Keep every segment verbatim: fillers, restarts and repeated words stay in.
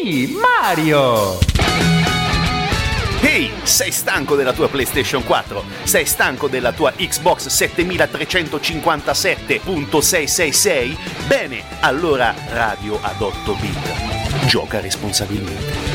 Sì, Mario! Ehi, sei stanco della tua PlayStation quattro? Sei stanco della tua Xbox setemilatrecentocinquantasette punto seicentosessantasei? Bene, allora Radio ad otto bit. Gioca responsabilmente.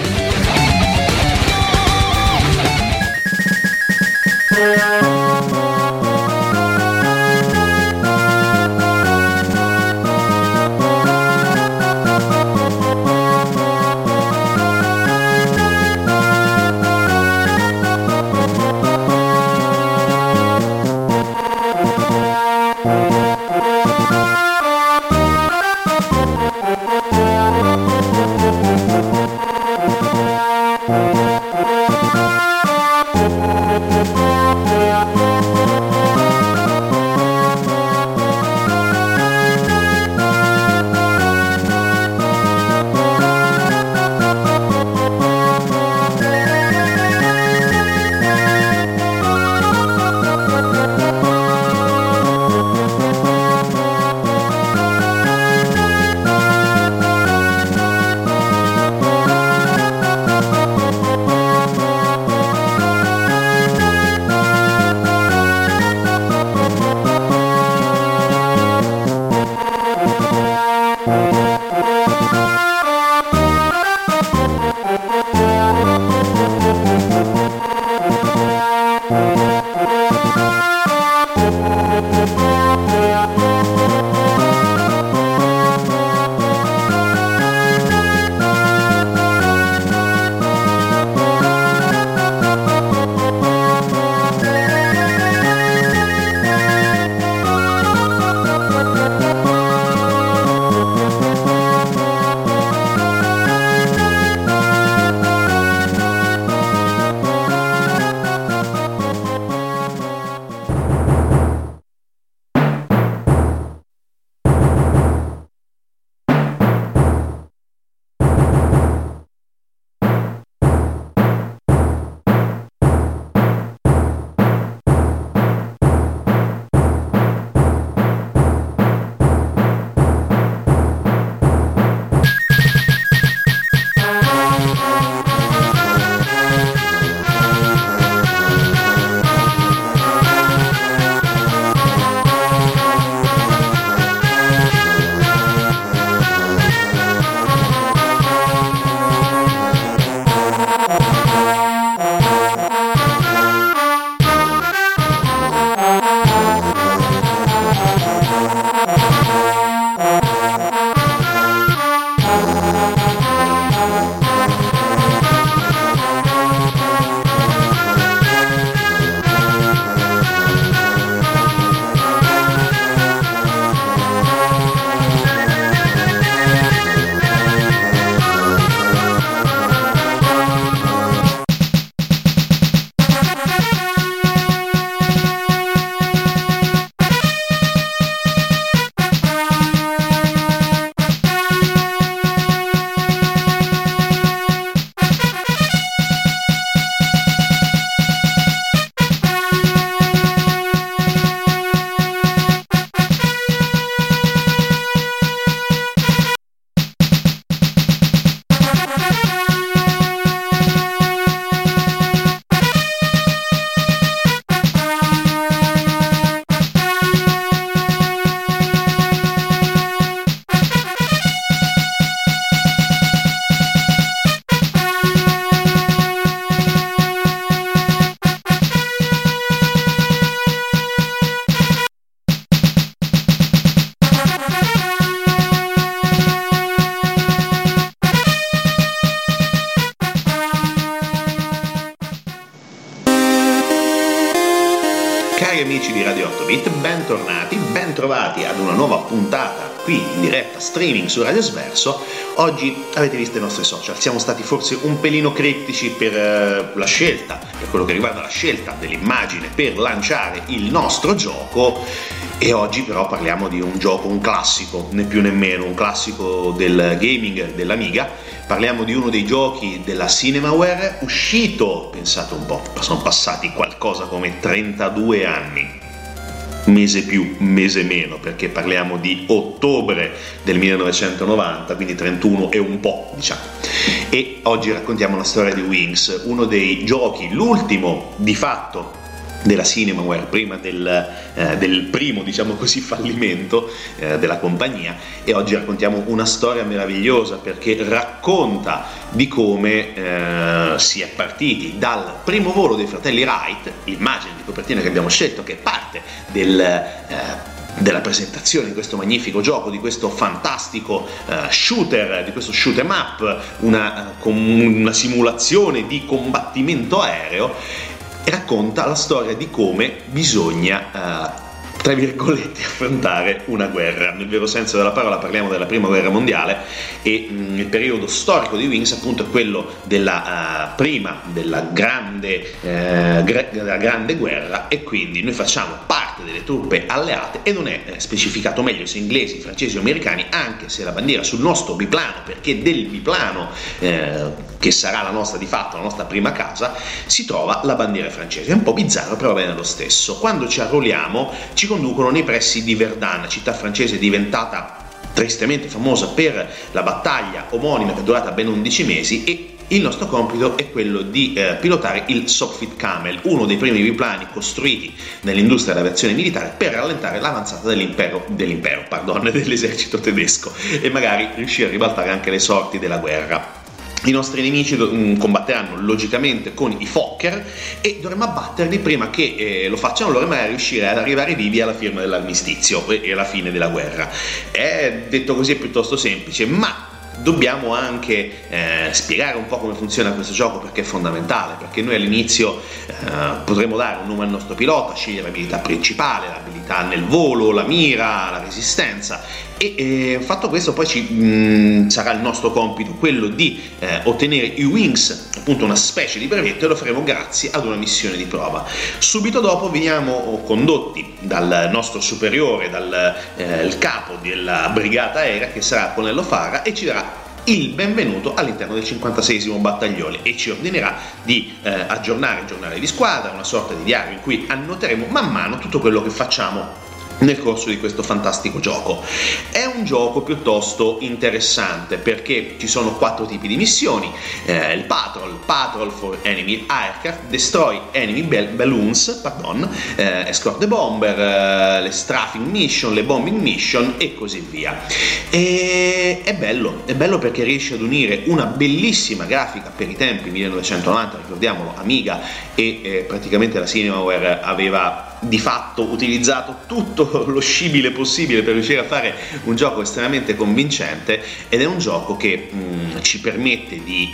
Amici di Radio otto bit, bentornati, bentrovati ad una nuova puntata qui in diretta streaming su Radio Sverso. Oggi avete visto i nostri social, siamo stati forse un pelino criptici per uh, la scelta, per quello che riguarda la scelta dell'immagine per lanciare il nostro gioco, e oggi però parliamo di un gioco, un classico, né più né meno, un classico del gaming dell'Amiga. Parliamo di uno dei giochi della Cinemaware, uscito, pensate un po', sono passati qualcosa come trentadue anni. mese più, mese meno, perché parliamo di ottobre del millenovecentonovanta, quindi trentuno e un po', diciamo. E oggi raccontiamo la storia di Wings, uno dei giochi, l'ultimo di fatto della Cinemaware prima del, eh, del primo, diciamo così, fallimento eh, della compagnia, e oggi raccontiamo una storia meravigliosa perché racconta di come eh, si è partiti dal primo volo dei fratelli Wright, l'immagine di copertina che abbiamo scelto, che è parte del eh, della presentazione di questo magnifico gioco, di questo fantastico uh, shooter, di questo shoot 'em up, una, uh, con una simulazione di combattimento aereo, e racconta la storia di come bisogna uh, tra virgolette affrontare una guerra. Nel vero senso della parola parliamo della prima guerra mondiale, e mh, il periodo storico di Wings appunto è quello della uh, prima della grande, uh, gra- della grande guerra, e quindi noi facciamo parte delle truppe alleate, e non è eh, specificato meglio se inglesi, francesi o americani, anche se la bandiera sul nostro biplano, perché del biplano eh, che sarà la nostra di fatto, la nostra prima casa, si trova la bandiera francese. È un po' bizzarro, però bene lo stesso. Quando ci arruoliamo ci conducono nei pressi di Verdun, città francese diventata tristemente famosa per la battaglia omonima che è durata ben undici mesi, e il nostro compito è quello di eh, pilotare il Sopwith Camel, uno dei primi biplani costruiti nell'industria dell'aviazione militare per rallentare l'avanzata dell'impero, dell'impero pardon, dell'esercito tedesco, e magari riuscire a ribaltare anche le sorti della guerra. I nostri nemici combatteranno logicamente con i Fokker, e dovremo abbatterli prima che eh, lo facciano loro, ma riuscire ad arrivare vivi alla firma dell'armistizio e alla fine della guerra. È, detto così, è piuttosto semplice, ma dobbiamo anche eh, spiegare un po' come funziona questo gioco, perché è fondamentale, perché noi all'inizio eh, potremo dare un nome al nostro pilota, scegliere l'abilità principale, l'abilità nel volo, la mira, la resistenza, e eh, fatto questo poi ci, mh, sarà il nostro compito quello di eh, ottenere i Wings, appunto una specie di brevetto, e lo faremo grazie ad una missione di prova. Subito dopo veniamo condotti dal nostro superiore, dal eh, il capo della brigata aerea, che sarà Colonnello Farah, e ci darà il benvenuto all'interno del cinquantaseiesimo battaglione, e ci ordinerà di eh, aggiornare il giornale di squadra, una sorta di diario in cui annoteremo man mano tutto quello che facciamo nel corso di questo fantastico gioco. È un gioco piuttosto interessante perché ci sono quattro tipi di missioni: eh, il Patrol, Patrol for Enemy Aircraft, Destroy Enemy Balloons, pardon, eh, Escort the Bomber, eh, le Strafing Mission, le Bombing Mission e così via. E è bello, è bello perché riesce ad unire una bellissima grafica per i tempi millenovecentonovanta, ricordiamolo, Amiga, e eh, praticamente la Cinemaware aveva di fatto utilizzato tutto lo scibile possibile per riuscire a fare un gioco estremamente convincente, ed è un gioco che mh, ci permette di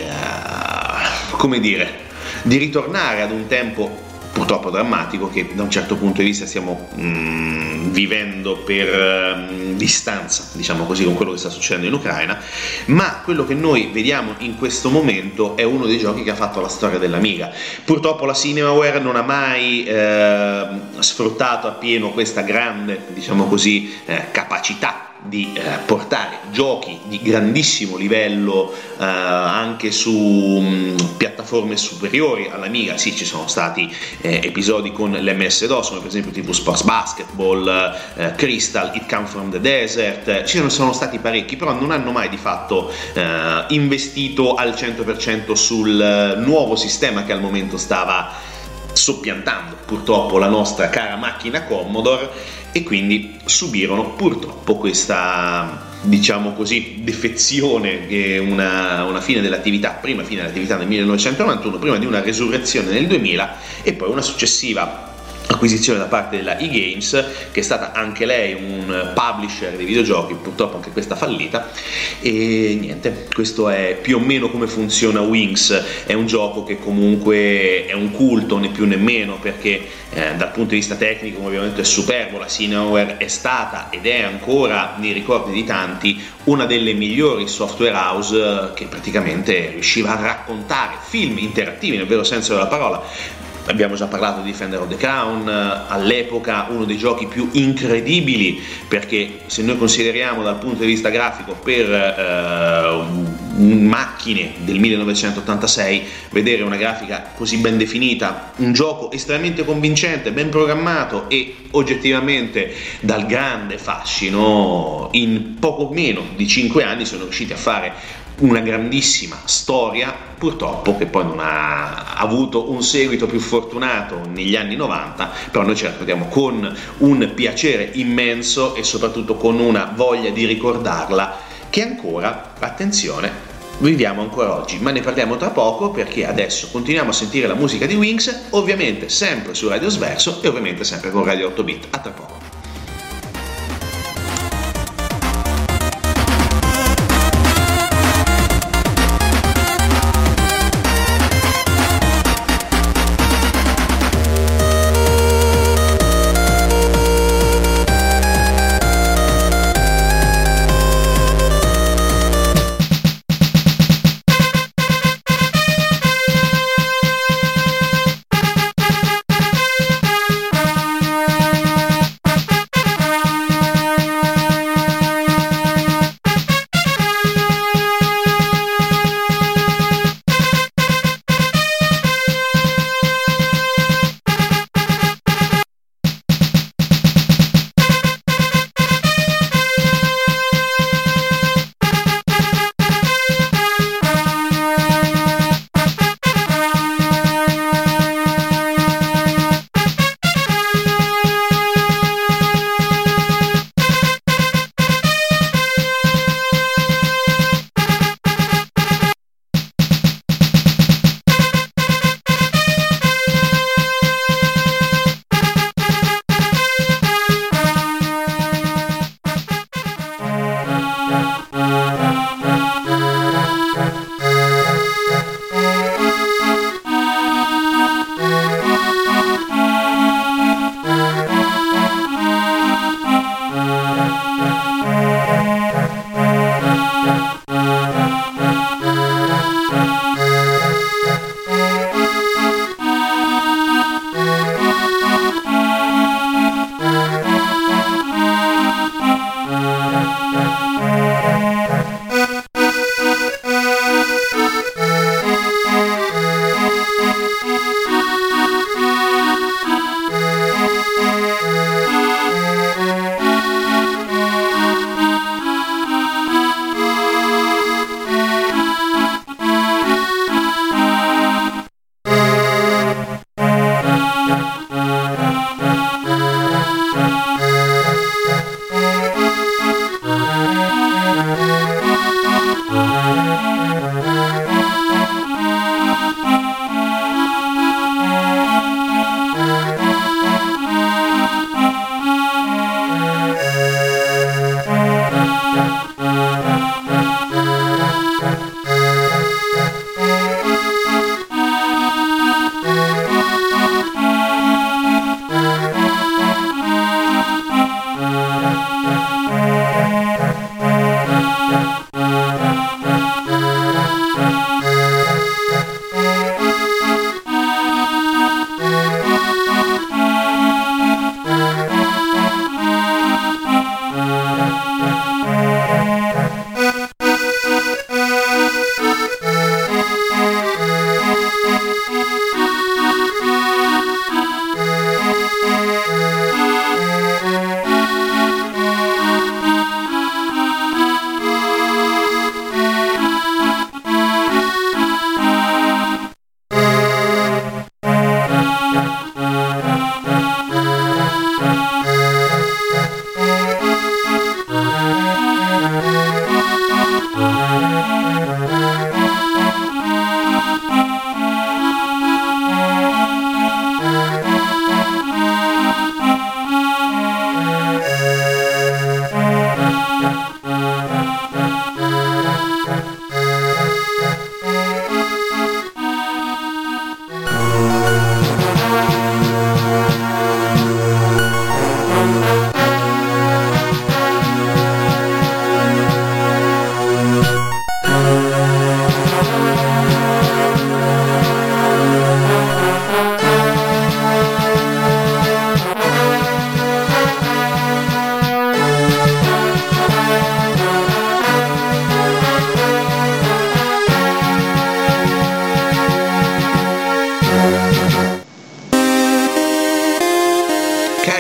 uh, come dire di ritornare ad un tempo purtroppo drammatico che da un certo punto di vista stiamo mh, vivendo per mh, distanza, diciamo così, con quello che sta succedendo in Ucraina, ma quello che noi vediamo in questo momento è uno dei giochi che ha fatto la storia dell'Amiga. Purtroppo la Cinemaware non ha mai eh, sfruttato appieno questa grande, diciamo così, eh, capacità di eh, portare giochi di grandissimo livello eh, anche su mh, piattaforme superiori all'Amiga. Sì, ci sono stati eh, episodi con l'M S DOS, come per esempio T V Sports Basketball, eh, Crystal, It Come From The Desert, ci sono stati parecchi, però non hanno mai di fatto eh, investito al cento per cento sul nuovo sistema che al momento stava soppiantando purtroppo la nostra cara macchina Commodore, e quindi subirono purtroppo questa, diciamo così, defezione, che è una, una fine dell'attività, prima fine dell'attività nel millenovecentonovantuno, prima di una resurrezione nel duemila, e poi una successiva acquisizione da parte della eGames, che è stata anche lei un publisher dei videogiochi, purtroppo anche questa fallita. E niente, questo è più o meno come funziona Wings. È un gioco che comunque è un culto, né più né meno, perché eh, dal punto di vista tecnico ovviamente è superbo. La Cinemaware è stata ed è ancora nei ricordi di tanti una delle migliori software house che praticamente riusciva a raccontare film interattivi nel vero senso della parola. Abbiamo già parlato di Defender of the Crown, all'epoca uno dei giochi più incredibili, perché se noi consideriamo dal punto di vista grafico per eh, macchine del millenovecentottantasei, vedere una grafica così ben definita, un gioco estremamente convincente, ben programmato e oggettivamente dal grande fascino, in poco meno di cinque anni sono riusciti a fare una grandissima storia, purtroppo che poi non ha avuto un seguito più fortunato negli anni novanta, però noi ce la ricordiamo con un piacere immenso e soprattutto con una voglia di ricordarla che ancora, attenzione, viviamo ancora oggi, ma ne parliamo tra poco perché adesso continuiamo a sentire la musica di Wings, ovviamente sempre su Radio Sverso e ovviamente sempre con Radio otto bit. A tra poco.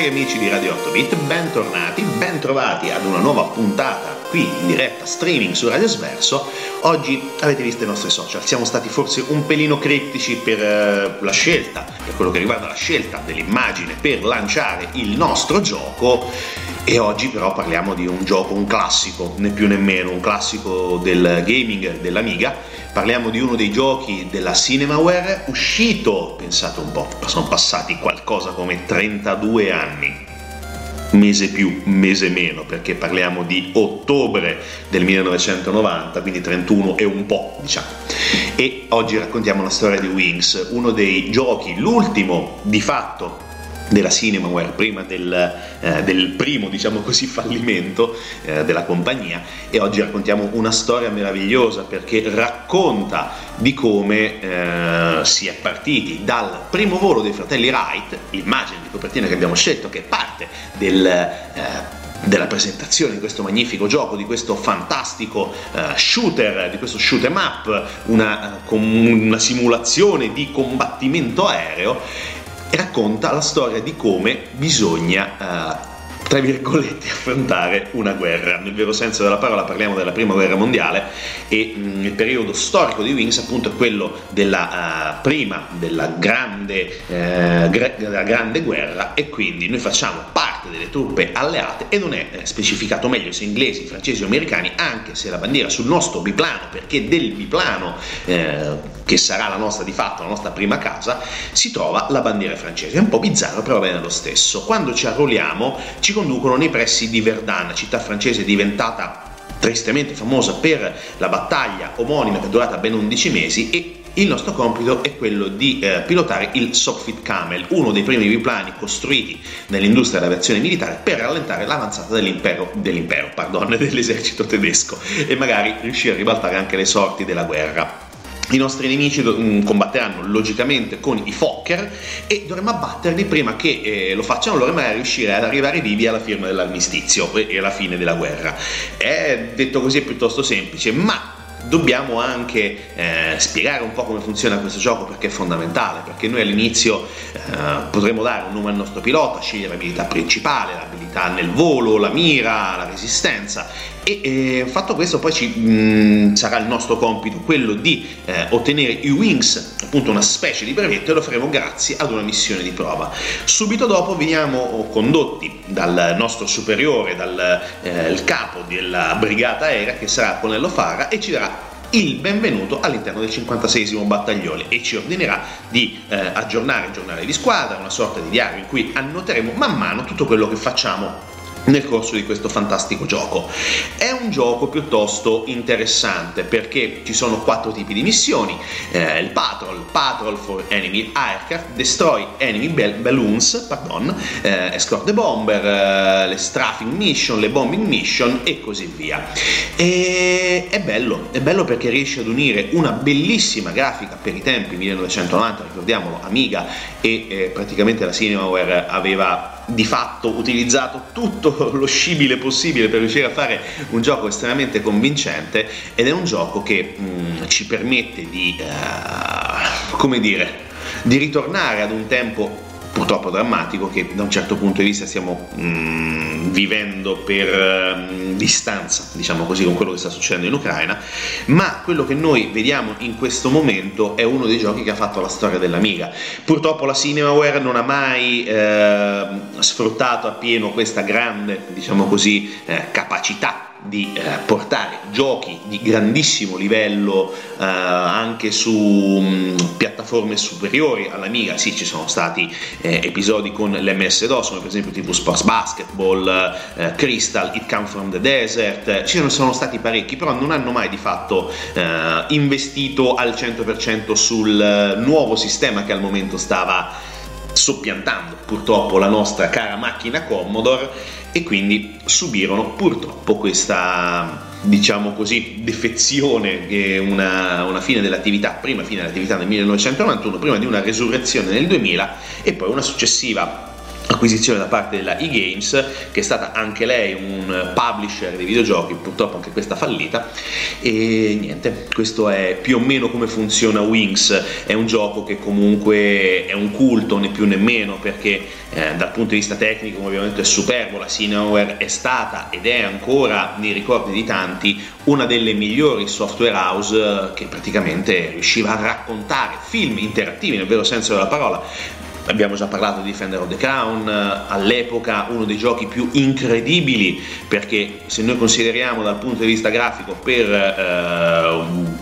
Cari amici di Radio otto bit, bentornati, bentrovati ad una nuova puntata qui in diretta streaming su Radio Sverso. Oggi avete visto i nostri social, siamo stati forse un pelino criptici per eh, la scelta, per quello che riguarda la scelta dell'immagine per lanciare il nostro gioco, e oggi però parliamo di un gioco, un classico, né più né meno, un classico del gaming dell'Amiga. Parliamo di uno dei giochi della Cinemaware, uscito, pensate un po', sono passati qualcosa come trentadue anni, mese più, mese meno, perché parliamo di ottobre del millenovecentonovanta, quindi trentuno e un po', diciamo. E oggi raccontiamo la storia di Wings, uno dei giochi, l'ultimo di fatto della Cinemaware prima del, eh, del primo, diciamo così, fallimento eh, della compagnia. E oggi raccontiamo una storia meravigliosa, perché racconta di come eh, si è partiti dal primo volo dei fratelli Wright, l'immagine di copertina che abbiamo scelto, che è parte del eh, della presentazione di questo magnifico gioco, di questo fantastico uh, shooter, di questo shoot 'em up, una, uh, con una simulazione di combattimento aereo, e racconta la storia di come bisogna, uh, tra virgolette, affrontare una guerra. Nel vero senso della parola parliamo della prima guerra mondiale, e mh, il periodo storico di Wings appunto è quello della uh, prima, della grande, uh, gra- della grande guerra, e quindi noi facciamo parte delle truppe alleate, e non è eh, specificato meglio se inglesi, francesi o americani, anche se la bandiera sul nostro biplano, perché del biplano eh, che sarà la nostra, di fatto la nostra prima casa, si trova la bandiera francese. È un po' bizzarro, però bene lo stesso. Quando ci arruoliamo ci conducono nei pressi di Verdun, città francese diventata tristemente famosa per la battaglia omonima che è durata ben undici mesi, e il nostro compito è quello di eh, pilotare il Sopwith Camel, uno dei primi biplani costruiti nell'industria dell'aviazione militare per rallentare l'avanzata dell'impero, dell'impero pardon, dell'esercito tedesco, e magari riuscire a ribaltare anche le sorti della guerra. I nostri nemici combatteranno logicamente con i Fokker, e dovremo abbatterli prima che eh, lo facciano loro, ma riuscire ad arrivare vivi alla firma dell'armistizio e alla fine della guerra. È, detto così, è piuttosto semplice, ma dobbiamo anche eh, spiegare un po' come funziona questo gioco, perché è fondamentale, perché noi all'inizio eh, potremo dare un nome al nostro pilota, scegliere l'abilità principale, l'abilità nel volo, la mira, la resistenza, e eh, fatto questo poi ci, mh, sarà il nostro compito quello di eh, ottenere i Wings, appunto una specie di brevetto, e lo faremo grazie ad una missione di prova. Subito dopo veniamo condotti dal nostro superiore, dal eh, il capo della brigata aerea, che sarà Colonnello Farah, e ci darà il benvenuto all'interno del cinquantaseiesimo battaglione, e ci ordinerà di eh, aggiornare il giornale di squadra, una sorta di diario in cui annoteremo man mano tutto quello che facciamo nel corso di questo fantastico gioco. È un gioco piuttosto interessante, perché ci sono quattro tipi di missioni: eh, il Patrol, Patrol for Enemy Aircraft, Destroy Enemy Balloons, pardon, eh, Escort the Bomber, eh, le Strafing Mission, le Bombing Mission, e così via. E è bello, è bello perché riesce ad unire una bellissima grafica per i tempi millenovecentonovanta, ricordiamolo, Amiga, e eh, praticamente la Cinemaware aveva di fatto utilizzato tutto lo scibile possibile per riuscire a fare un gioco estremamente convincente, ed è un gioco che mh, ci permette di, uh, come dire, di ritornare ad un tempo purtroppo drammatico, che da un certo punto di vista stiamo mh, vivendo per mh, distanza, diciamo così, con quello che sta succedendo in Ucraina. Ma quello che noi vediamo in questo momento è uno dei giochi che ha fatto la storia dell'Amiga. Purtroppo la Cinemaware non ha mai eh, sfruttato appieno questa grande, diciamo così, eh, capacità di eh, portare giochi di grandissimo livello eh, anche su mh, piattaforme superiori all'Amiga. Sì, ci sono stati eh, episodi con l'M S DOS, come per esempio T V Sports Basketball, eh, Crystal, It Comes from the Desert, ci sono stati parecchi, però non hanno mai di fatto eh, investito al cento per cento sul nuovo sistema che al momento stava soppiantando purtroppo la nostra cara macchina Commodore, e quindi subirono purtroppo questa, diciamo così, defezione, che una, una fine dell'attività, prima fine dell'attività nel millenovecentonovantuno, prima di una resurrezione nel duemila, e poi una successiva acquisizione da parte della eGames, che è stata anche lei un publisher di videogiochi, purtroppo anche questa fallita. E niente, questo è più o meno come funziona Wings. È un gioco che comunque è un culto, né più né meno, perché eh, dal punto di vista tecnico ovviamente è superbo. La Cineware è stata ed è ancora nei ricordi di tanti una delle migliori software house che praticamente riusciva a raccontare film interattivi nel vero senso della parola. Abbiamo già parlato di Defender of the Crown, all'epoca uno dei giochi più incredibili, perché se noi consideriamo dal punto di vista grafico per eh,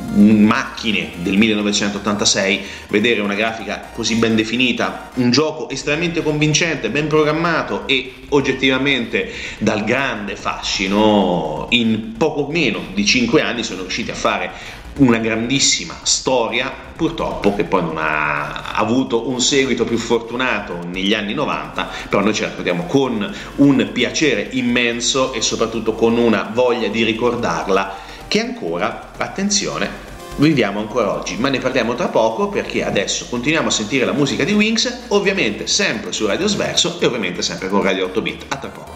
macchine del millenovecentottantasei, vedere una grafica così ben definita, un gioco estremamente convincente, ben programmato e oggettivamente dal grande fascino, in poco meno di cinque anni sono riusciti a fare una grandissima storia, purtroppo che poi non ha avuto un seguito più fortunato negli anni novanta, però noi ce la ricordiamo con un piacere immenso e soprattutto con una voglia di ricordarla che ancora, attenzione, viviamo ancora oggi. Ma ne parliamo tra poco, perché adesso continuiamo a sentire la musica di Wings, ovviamente sempre su Radio Sverso e ovviamente sempre con Radio otto bit. A tra poco.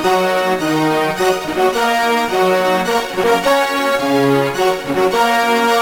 Thank you.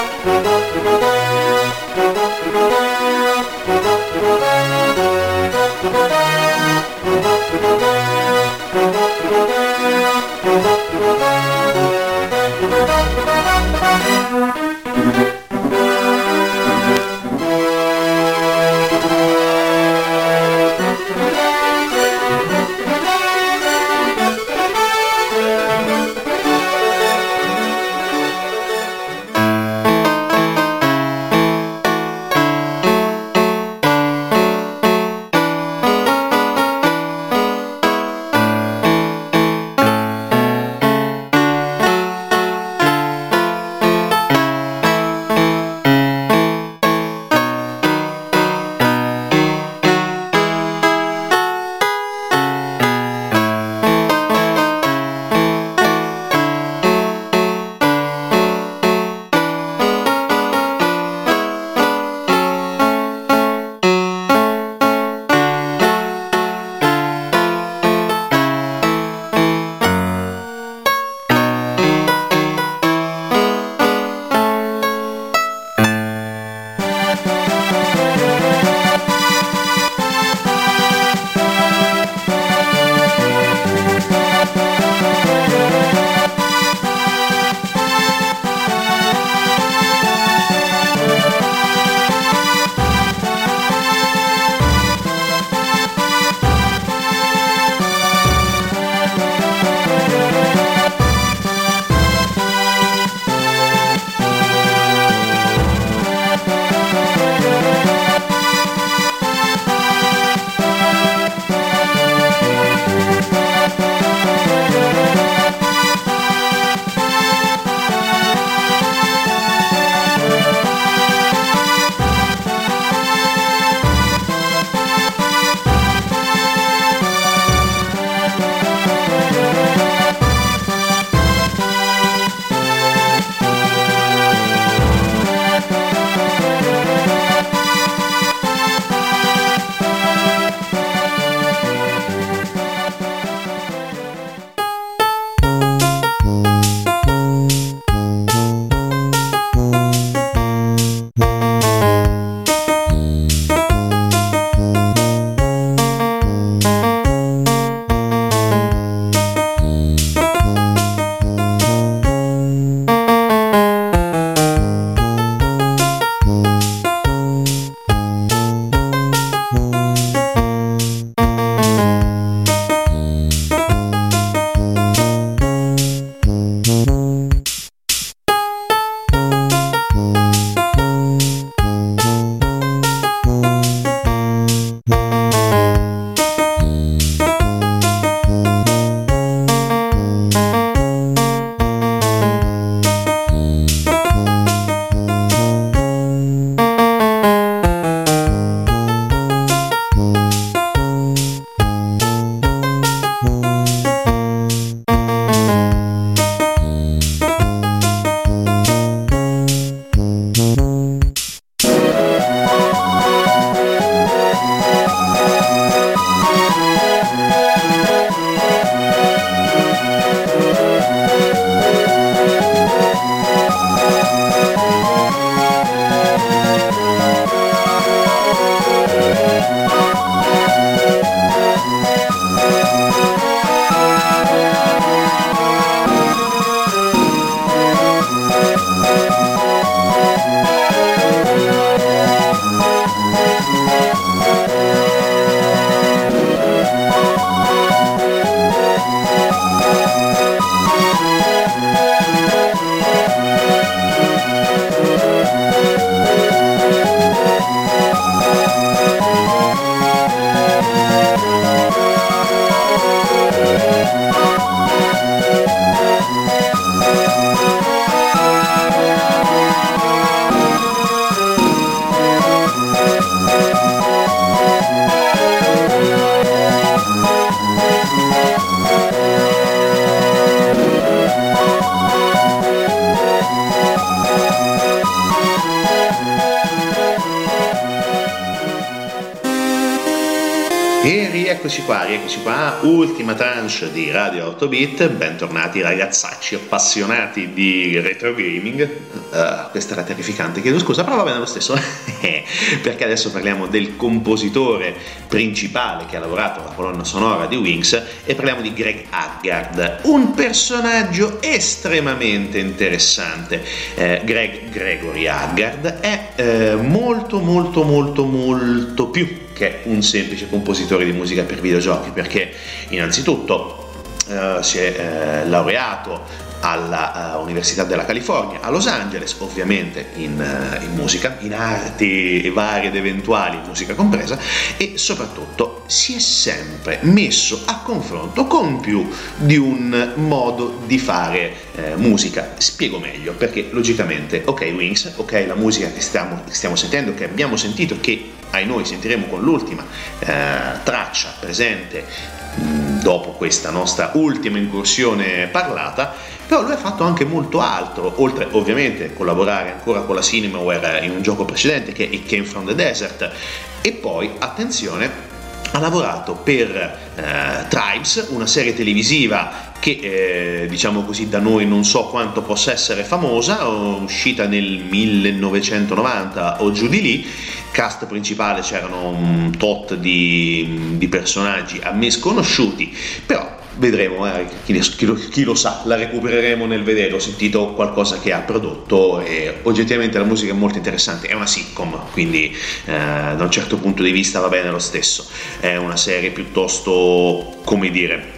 Rieccoci qua, rieccoci qua, ultima tranche di Radio otto bit, bentornati ragazzacci appassionati di retro gaming. Uh, questa era terrificante, chiedo scusa, però va bene lo stesso, perché adesso parliamo del compositore principale che ha lavorato alla colonna sonora di Wings e parliamo di Greg Haggard, un personaggio estremamente interessante. Eh, Greg Gregory Haggard è eh, molto molto molto molto più che un semplice compositore di musica per videogiochi, perché innanzitutto eh, si è eh, laureato alla uh, Università della California a Los Angeles, ovviamente in, uh, in musica, in arti varie ed eventuali, musica compresa, e soprattutto si è sempre messo a confronto con più di un modo di fare eh, musica. Spiego meglio, perché logicamente ok Wings, ok la musica che stiamo, che stiamo sentendo, che abbiamo sentito, che ai noi sentiremo con l'ultima eh, traccia presente mh, dopo questa nostra ultima incursione parlata, però lui ha fatto anche molto altro, oltre ovviamente a collaborare ancora con la Cinemaware in un gioco precedente che è It Came From The Desert, e poi, attenzione, ha lavorato per eh, Tribes, una serie televisiva che eh, diciamo così da noi non so quanto possa essere famosa, uscita nel millenovecentonovanta o giù di lì. Cast principale c'erano un tot di, di personaggi a me sconosciuti, però vedremo, eh, chi, chi, lo, chi lo sa, la recupereremo nel vedere. Ho sentito qualcosa che ha prodotto e oggettivamente la musica è molto interessante. È una sitcom, quindi eh, da un certo punto di vista va bene lo stesso. È una serie piuttosto, come dire,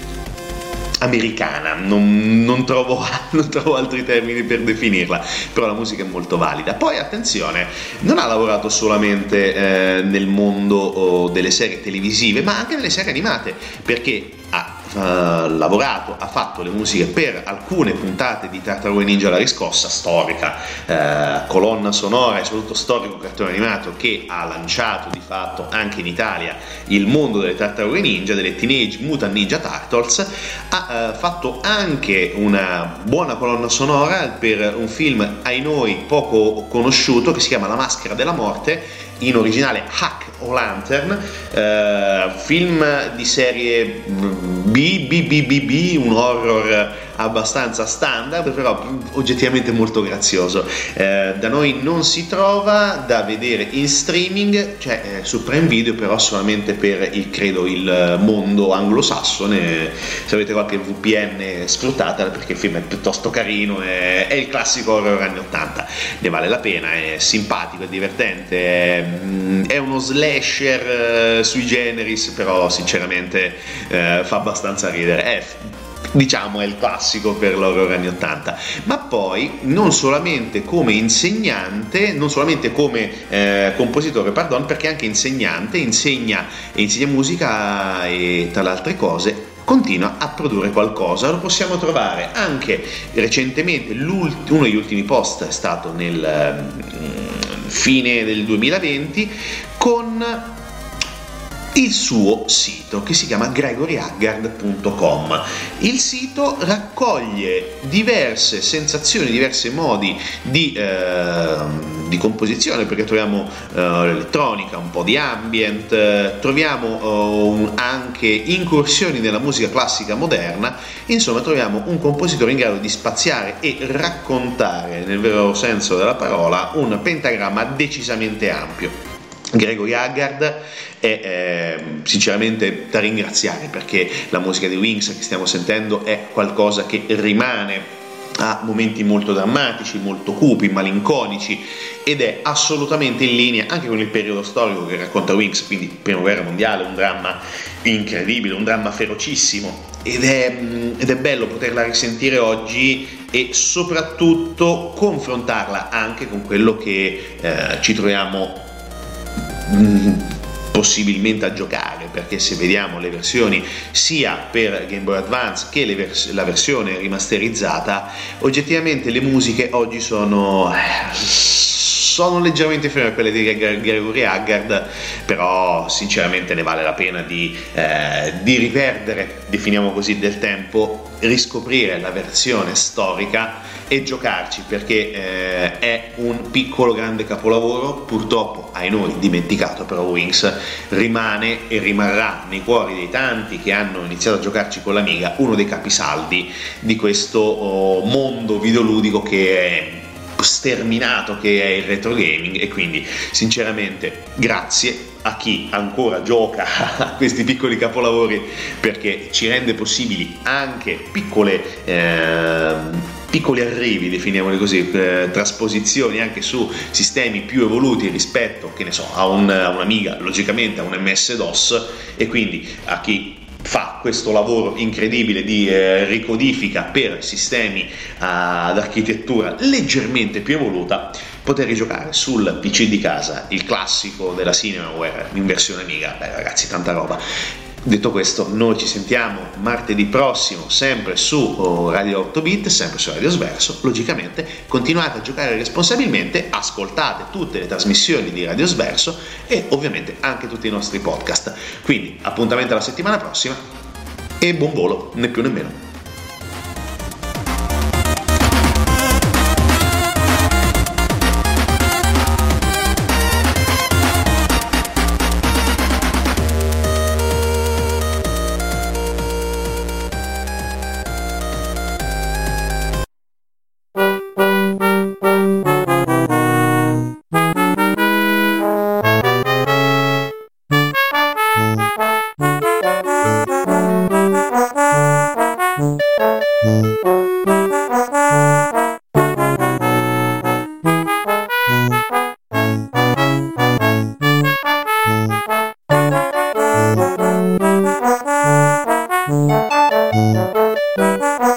americana, non, non, trovo, non trovo altri termini per definirla, però la musica è molto valida. Poi attenzione, non ha lavorato solamente eh, nel mondo oh, delle serie televisive, ma anche nelle serie animate, perché ha uh, lavorato, ha fatto le musiche per alcune puntate di Tartaruga Ninja la riscossa, storica uh, colonna sonora e soprattutto storico cartone animato che ha lanciato di fatto anche in Italia il mondo delle Tartarughe Ninja, delle Teenage Mutant Ninja Turtles. Ha uh, fatto anche una buona colonna sonora per un film ai noi poco conosciuto che si chiama La maschera della morte, in originale Hack o Lantern, eh, film di serie B, B, B, B, B, un horror abbastanza standard, però oggettivamente molto grazioso. Eh, da noi non si trova, da vedere in streaming, cioè eh, su Prime Video, però solamente per il, credo, il mondo anglosassone. Se avete qualche V P N sfruttatela, perché il film è piuttosto carino, è, è il classico horror anni ottanta, ne vale la pena, è simpatico, è divertente, è, è uno slasher eh, sui generis, però sinceramente eh, fa abbastanza ridere. È diciamo è il classico per l'horror anni ottanta, ma poi non solamente come insegnante, non solamente come eh, compositore, pardon, perché anche insegnante, insegna, insegna musica e tra le altre cose continua a produrre qualcosa. Lo possiamo trovare anche recentemente, uno degli ultimi post è stato nel mm, fine del duemilaventi con il suo sito che si chiama gregory haggard punto com. Il sito raccoglie diverse sensazioni, diversi modi di, eh, di composizione, perché troviamo eh, l'elettronica, un po' di ambient, eh, troviamo eh, un, anche incursioni nella musica classica moderna. Insomma, troviamo un compositore in grado di spaziare e raccontare, nel vero senso della parola, un pentagramma decisamente ampio. Gregory Haggard è eh, sinceramente da ringraziare, perché la musica di Wings che stiamo sentendo è qualcosa che rimane a momenti molto drammatici, molto cupi, malinconici, ed è assolutamente in linea anche con il periodo storico che racconta Wings, quindi Prima Guerra Mondiale, un dramma incredibile, un dramma ferocissimo, ed è, ed è bello poterla risentire oggi e soprattutto confrontarla anche con quello che eh, ci troviamo possibilmente a giocare, perché se vediamo le versioni sia per Game Boy Advance che le vers- la versione rimasterizzata, oggettivamente le musiche oggi sono sono leggermente inferiori a quelle di Gregory Haggard, però sinceramente ne vale la pena di, eh, di riperdere, definiamo così, del tempo, riscoprire la versione storica e giocarci, perché eh, è un piccolo grande capolavoro, purtroppo ai noi dimenticato, però Wings rimane e rimarrà nei cuori dei tanti che hanno iniziato a giocarci con l'Amiga uno dei capisaldi di questo oh, mondo videoludico che è sterminato, che è il retro gaming. E quindi sinceramente grazie a chi ancora gioca a questi piccoli capolavori, perché ci rende possibili anche piccole eh, piccoli arrivi, definiamoli così, eh, trasposizioni anche su sistemi più evoluti rispetto, che ne so, a, un, a un'Amiga, logicamente a un M S DOS. E quindi a chi fa questo lavoro incredibile di eh, ricodifica per sistemi uh, ad architettura leggermente più evoluta, poter rigiocare sul P C di casa il classico della Cinemaware in versione Amiga, beh ragazzi, tanta roba. Detto questo, noi ci sentiamo martedì prossimo, sempre su Radio otto bit, sempre su Radio Sverso. Logicamente continuate a giocare responsabilmente, ascoltate tutte le trasmissioni di Radio Sverso e ovviamente anche tutti i nostri podcast. Quindi appuntamento alla settimana prossima e buon volo, né più né meno. Thank you.